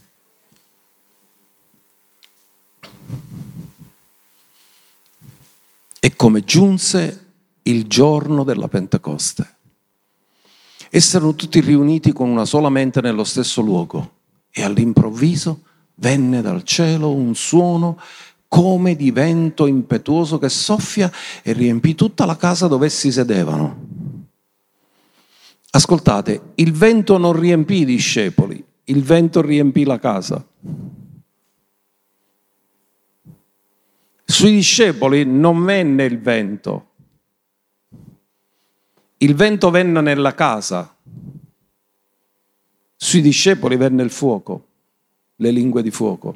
E come giunse il giorno della Pentecoste. Essi erano tutti riuniti con una sola mente nello stesso luogo e all'improvviso venne dal cielo un suono come di vento impetuoso che soffia e riempì tutta la casa dove essi sedevano. Ascoltate, il vento non riempì i discepoli, il vento riempì la casa. Sui discepoli non venne il vento, il vento venne nella casa, sui discepoli venne il fuoco, le lingue di fuoco.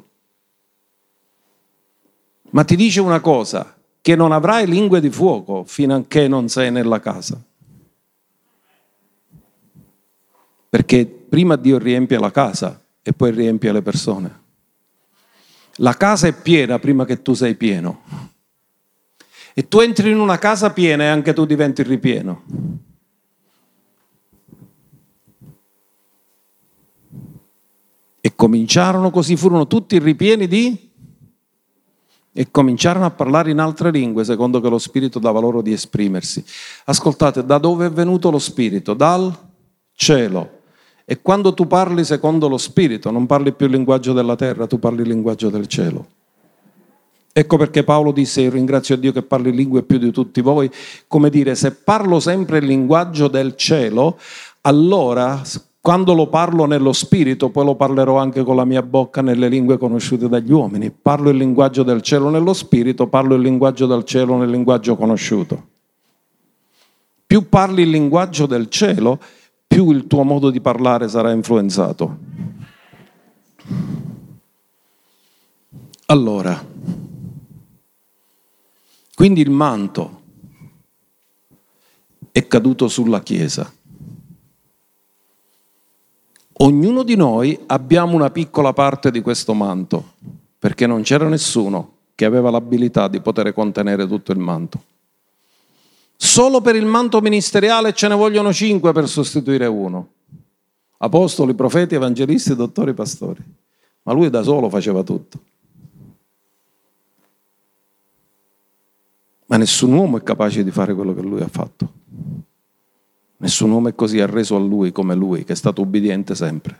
Ma ti dice una cosa, che non avrai lingue di fuoco fino a che non sei nella casa. Perché prima Dio riempie la casa e poi riempie le persone. La casa è piena prima che tu sei pieno. E tu entri in una casa piena e anche tu diventi ripieno. E cominciarono così, furono tutti ripieni di... E cominciarono a parlare in altre lingue, secondo che lo Spirito dava loro di esprimersi. Ascoltate, da dove è venuto lo Spirito? Dal cielo. E quando tu parli secondo lo Spirito, non parli più il linguaggio della terra, tu parli il linguaggio del cielo. Ecco perché Paolo disse: io ringrazio Dio che parli lingue più di tutti voi. Come dire, se parlo sempre il linguaggio del cielo, allora quando lo parlo nello spirito, poi lo parlerò anche con la mia bocca nelle lingue conosciute dagli uomini. Parlo il linguaggio del cielo nello spirito, parlo il linguaggio del cielo nel linguaggio conosciuto. Più parli il linguaggio del cielo, più il tuo modo di parlare sarà influenzato. Allora, quindi il manto è caduto sulla Chiesa. Ognuno di noi abbiamo una piccola parte di questo manto, perché non c'era nessuno che aveva l'abilità di poter contenere tutto il manto. Solo per il manto ministeriale ce ne vogliono cinque per sostituire uno. Apostoli, profeti, evangelisti, dottori, pastori. Ma lui da solo faceva tutto. Ma nessun uomo è capace di fare quello che lui ha fatto. Nessun uomo è così arreso a lui come lui, che è stato ubbidiente sempre.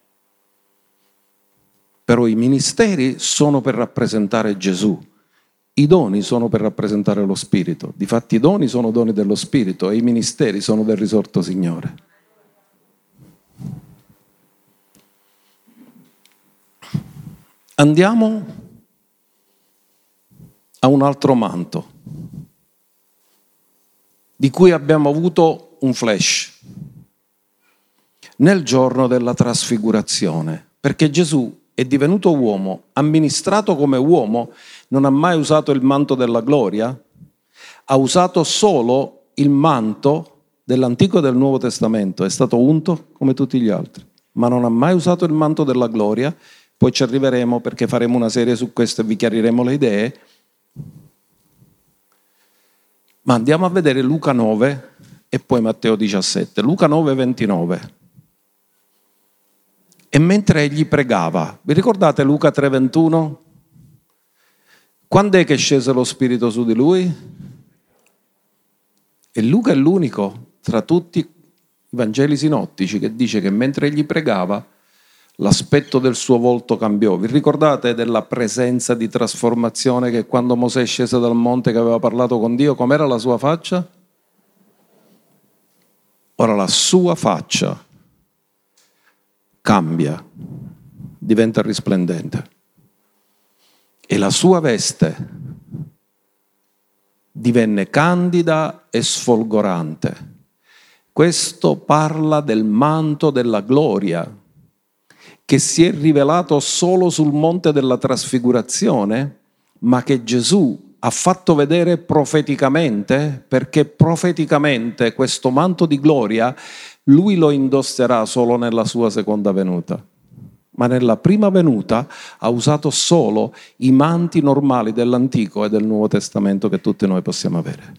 Però i ministeri sono per rappresentare Gesù. I doni sono per rappresentare lo Spirito. Difatti i doni sono doni dello Spirito e i ministeri sono del risorto Signore. Andiamo a un altro manto, di cui abbiamo avuto un flash nel giorno della trasfigurazione, perché Gesù è divenuto uomo, amministrato come uomo, non ha mai usato il manto della gloria, ha usato solo il manto dell'Antico e del Nuovo Testamento, è stato unto come tutti gli altri, ma non ha mai usato il manto della gloria. Poi ci arriveremo perché faremo una serie su questo e vi chiariremo le idee. Ma andiamo a vedere Luca nove e poi Matteo diciassette. Luca nove, ventinove. E mentre egli pregava, vi ricordate Luca tre, ventuno? Quando è che scese lo Spirito su di lui? E Luca è l'unico tra tutti i Vangeli sinottici che dice che mentre egli pregava l'aspetto del suo volto cambiò. Vi ricordate della presenza di trasformazione che quando Mosè scese dal monte che aveva parlato con Dio, com'era la sua faccia? Ora la sua faccia cambia, diventa risplendente e la sua veste divenne candida e sfolgorante. Questo parla del manto della gloria che si è rivelato solo sul monte della trasfigurazione, ma che Gesù ha fatto vedere profeticamente, perché profeticamente questo manto di gloria lui lo indosserà solo nella sua seconda venuta. Ma nella prima venuta ha usato solo i manti normali dell'Antico e del Nuovo Testamento che tutti noi possiamo avere.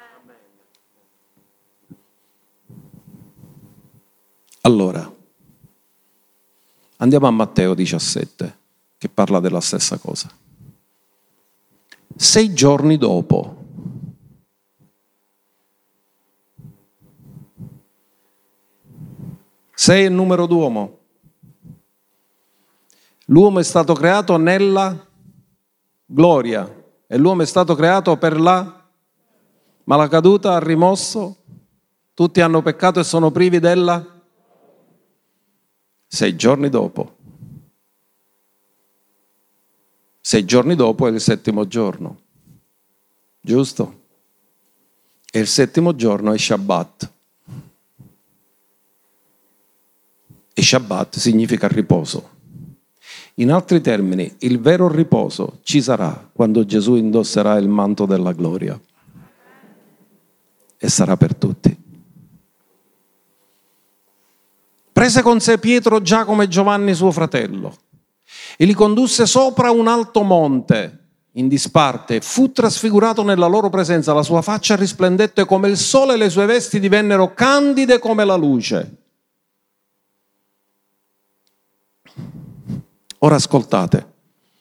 Allora, andiamo a Matteo diciassette, che parla della stessa cosa. Sei giorni dopo, sei è il numero d'uomo. L'uomo è stato creato nella gloria e l'uomo è stato creato per la... Ma la caduta ha rimosso, tutti hanno peccato e sono privi della... Sei giorni dopo. Sei giorni dopo è il settimo giorno, giusto? E il settimo giorno è Shabbat. E Shabbat significa riposo. In altri termini, il vero riposo ci sarà quando Gesù indosserà il manto della gloria. E sarà per tutti. Prese con sé Pietro, Giacomo e Giovanni suo fratello e li condusse sopra un alto monte in disparte. Fu trasfigurato nella loro presenza, la sua faccia risplendette come il sole e le sue vesti divennero candide come la luce. Ora ascoltate.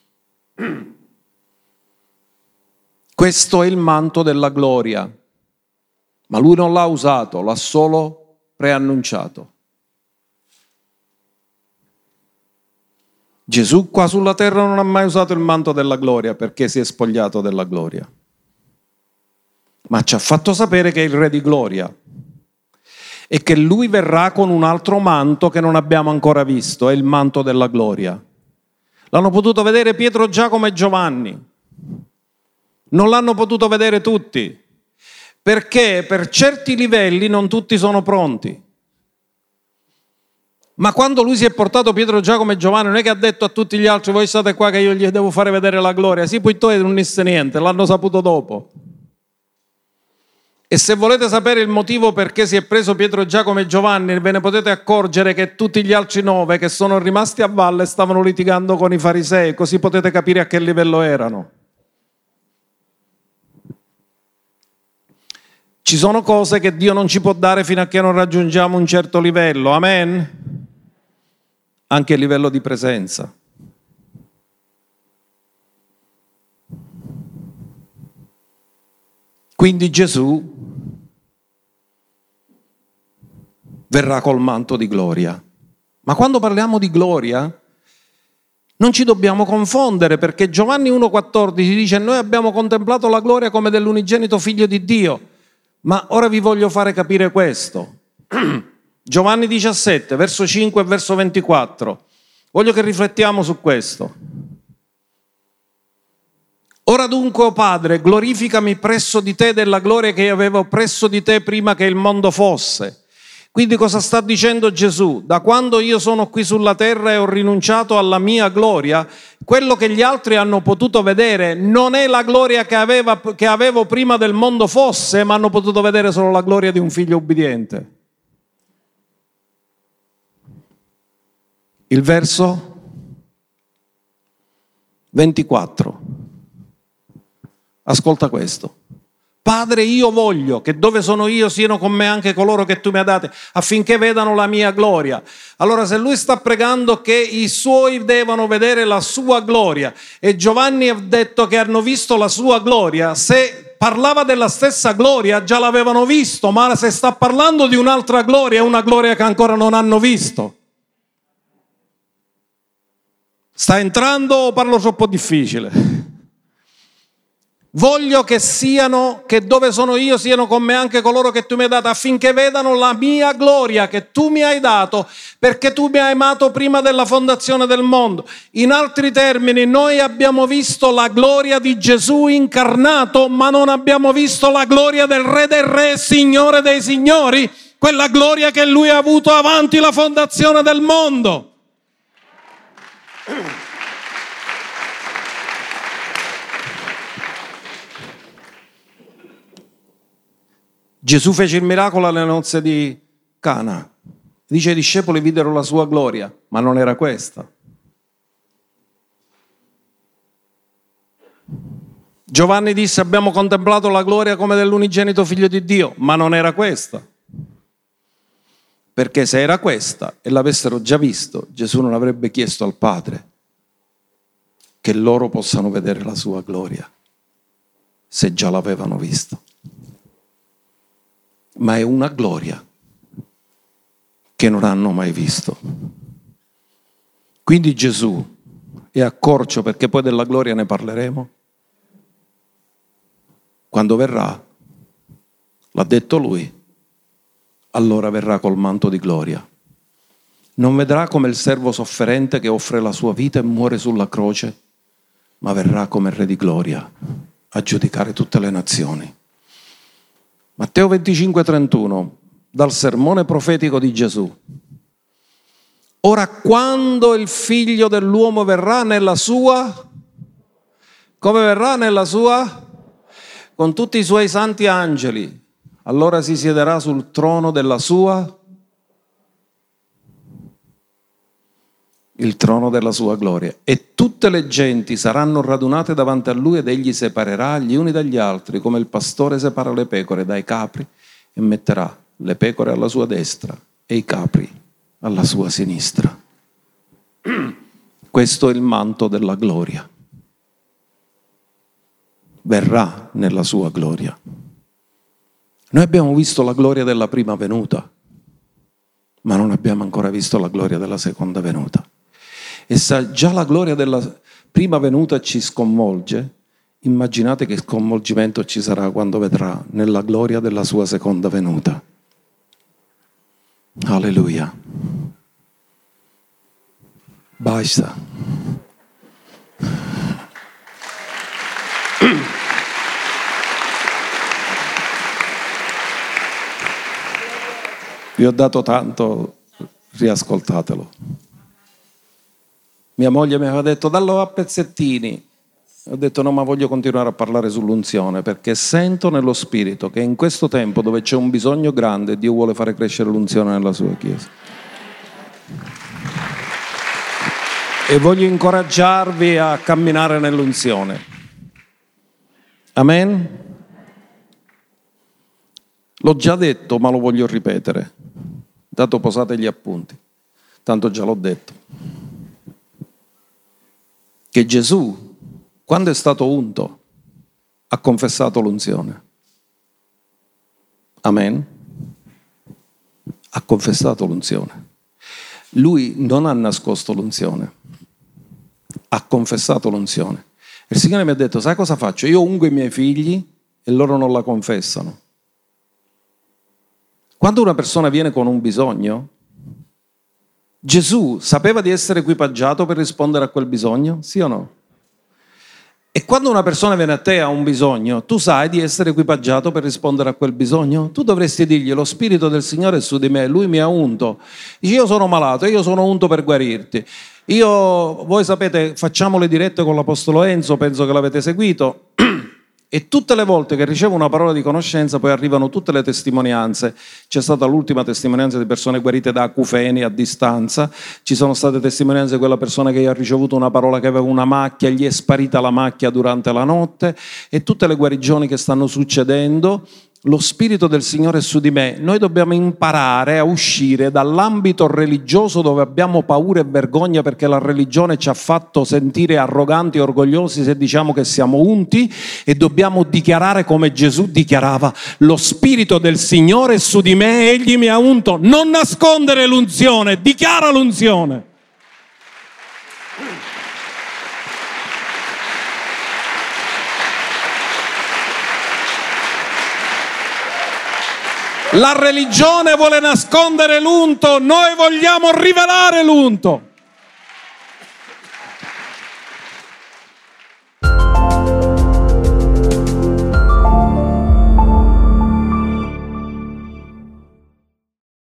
Questo è il manto della gloria, ma lui non l'ha usato, l'ha solo preannunciato. Gesù qua sulla terra non ha mai usato il manto della gloria perché si è spogliato della gloria, ma ci ha fatto sapere che è il Re di gloria e che Lui verrà con un altro manto che non abbiamo ancora visto, è il manto della gloria. L'hanno potuto vedere Pietro, Giacomo e Giovanni, non l'hanno potuto vedere tutti, perché per certi livelli non tutti sono pronti. Ma quando lui si è portato Pietro, Giacomo e Giovanni, non è che ha detto a tutti gli altri: voi state qua che io gli devo fare vedere la gloria. Sì, poi tu non disse niente, l'hanno saputo dopo. E se volete sapere il motivo perché si è preso Pietro, Giacomo e Giovanni, ve ne potete accorgere che tutti gli altri nove che sono rimasti a valle stavano litigando con i farisei, così potete capire a che livello erano. Ci sono cose che Dio non ci può dare fino a che non raggiungiamo un certo livello, amen? Anche il livello di presenza. Quindi Gesù verrà col manto di gloria. Ma quando parliamo di gloria non ci dobbiamo confondere, perché Giovanni uno quattordici dice: noi abbiamo contemplato la gloria come dell'unigenito figlio di Dio. Ma ora vi voglio fare capire questo. Giovanni diciassette, verso cinque e verso ventiquattro. Voglio che riflettiamo su questo. Ora dunque, o Padre, glorificami presso di te della gloria che io avevo presso di te prima che il mondo fosse. Quindi cosa sta dicendo Gesù? Da quando io sono qui sulla terra e ho rinunciato alla mia gloria, quello che gli altri hanno potuto vedere non è la gloria che, aveva, che avevo prima del mondo fosse, ma hanno potuto vedere solo la gloria di un figlio ubbidiente. Il verso ventiquattro. Ascolta questo. Padre, io voglio che dove sono io siano con me anche coloro che tu mi hai dati, affinché vedano la mia gloria. Allora, se lui sta pregando che i suoi devono vedere la sua gloria, e Giovanni ha detto che hanno visto la sua gloria, se parlava della stessa gloria già l'avevano visto, ma se sta parlando di un'altra gloria, è una gloria che ancora non hanno visto. Sta entrando o parlo troppo difficile? Voglio che siano, che dove sono io siano con me anche coloro che tu mi hai dato, affinché vedano la mia gloria che tu mi hai dato, perché tu mi hai amato prima della fondazione del mondo. In altri termini, noi abbiamo visto la gloria di Gesù incarnato, ma non abbiamo visto la gloria del Re del Re, Signore dei Signori, quella gloria che lui ha avuto avanti la fondazione del mondo. Gesù fece il miracolo alle nozze di Cana. Dice: i discepoli videro la sua gloria, ma non era questa. Giovanni disse: abbiamo contemplato la gloria come dell'unigenito figlio di Dio, ma non era questa. Perché se era questa e l'avessero già visto, Gesù non avrebbe chiesto al Padre che loro possano vedere la sua gloria, se già l'avevano visto. Ma è una gloria che non hanno mai visto. Quindi Gesù è accorcio, perché poi della gloria ne parleremo. Quando verrà, l'ha detto lui, allora verrà col manto di gloria. Non vedrà come il servo sofferente che offre la sua vita e muore sulla croce, ma verrà come il Re di gloria a giudicare tutte le nazioni. Matteo venticinque trentuno, dal sermone profetico di Gesù. Ora, quando il figlio dell'uomo verrà nella sua, come verrà nella sua? Con tutti i suoi santi angeli, allora si siederà sul trono della sua, il trono della sua gloria, e tutte le genti saranno radunate davanti a lui ed egli separerà gli uni dagli altri, come il pastore separa le pecore dai capri, e metterà le pecore alla sua destra e i capri alla sua sinistra. Questo è il manto della gloria. Verrà nella sua gloria. Noi abbiamo visto la gloria della prima venuta, ma non abbiamo ancora visto la gloria della seconda venuta. E se già la gloria della prima venuta ci sconvolge, immaginate che sconvolgimento ci sarà quando vedrà nella gloria della sua seconda venuta. Alleluia. Basta. Vi ho dato tanto, riascoltatelo. Mia moglie mi aveva detto dallo a pezzettini. Ho detto no, ma voglio continuare a parlare sull'unzione, perché sento nello spirito che in questo tempo dove c'è un bisogno grande, Dio vuole fare crescere l'unzione nella sua Chiesa. E voglio incoraggiarvi a camminare nell'unzione. Amen? L'ho già detto, ma lo voglio ripetere. Dato posate gli appunti. Tanto già l'ho detto. Che Gesù, quando è stato unto, ha confessato l'unzione. Amen? Ha confessato l'unzione. Lui non ha nascosto l'unzione. Ha confessato l'unzione. Il Signore mi ha detto, sai cosa faccio? Io ungo i miei figli e loro non la confessano. Quando una persona viene con un bisogno, Gesù sapeva di essere equipaggiato per rispondere a quel bisogno? Sì o no? E quando una persona viene a te e ha un bisogno, tu sai di essere equipaggiato per rispondere a quel bisogno? Tu dovresti dirgli, lo Spirito del Signore è su di me, Lui mi ha unto. Dici, io sono malato, io sono unto per guarirti. Io, voi sapete, facciamo le dirette con l'Apostolo Enzo, penso che l'avete seguito. E tutte le volte che ricevo una parola di conoscenza poi arrivano tutte le testimonianze. C'è stata l'ultima testimonianza di persone guarite da acufeni a distanza, ci sono state testimonianze di quella persona che ha ricevuto una parola che aveva una macchia, gli è sparita la macchia durante la notte, e tutte le guarigioni che stanno succedendo. Lo Spirito del Signore è su di me. Noi dobbiamo imparare a uscire dall'ambito religioso dove abbiamo paura e vergogna perché la religione ci ha fatto sentire arroganti e orgogliosi se diciamo che siamo unti, e dobbiamo dichiarare come Gesù dichiarava: lo Spirito del Signore è su di me, Egli mi ha unto. Non nascondere l'unzione, dichiara l'unzione. La religione vuole nascondere l'unto, noi vogliamo rivelare l'unto.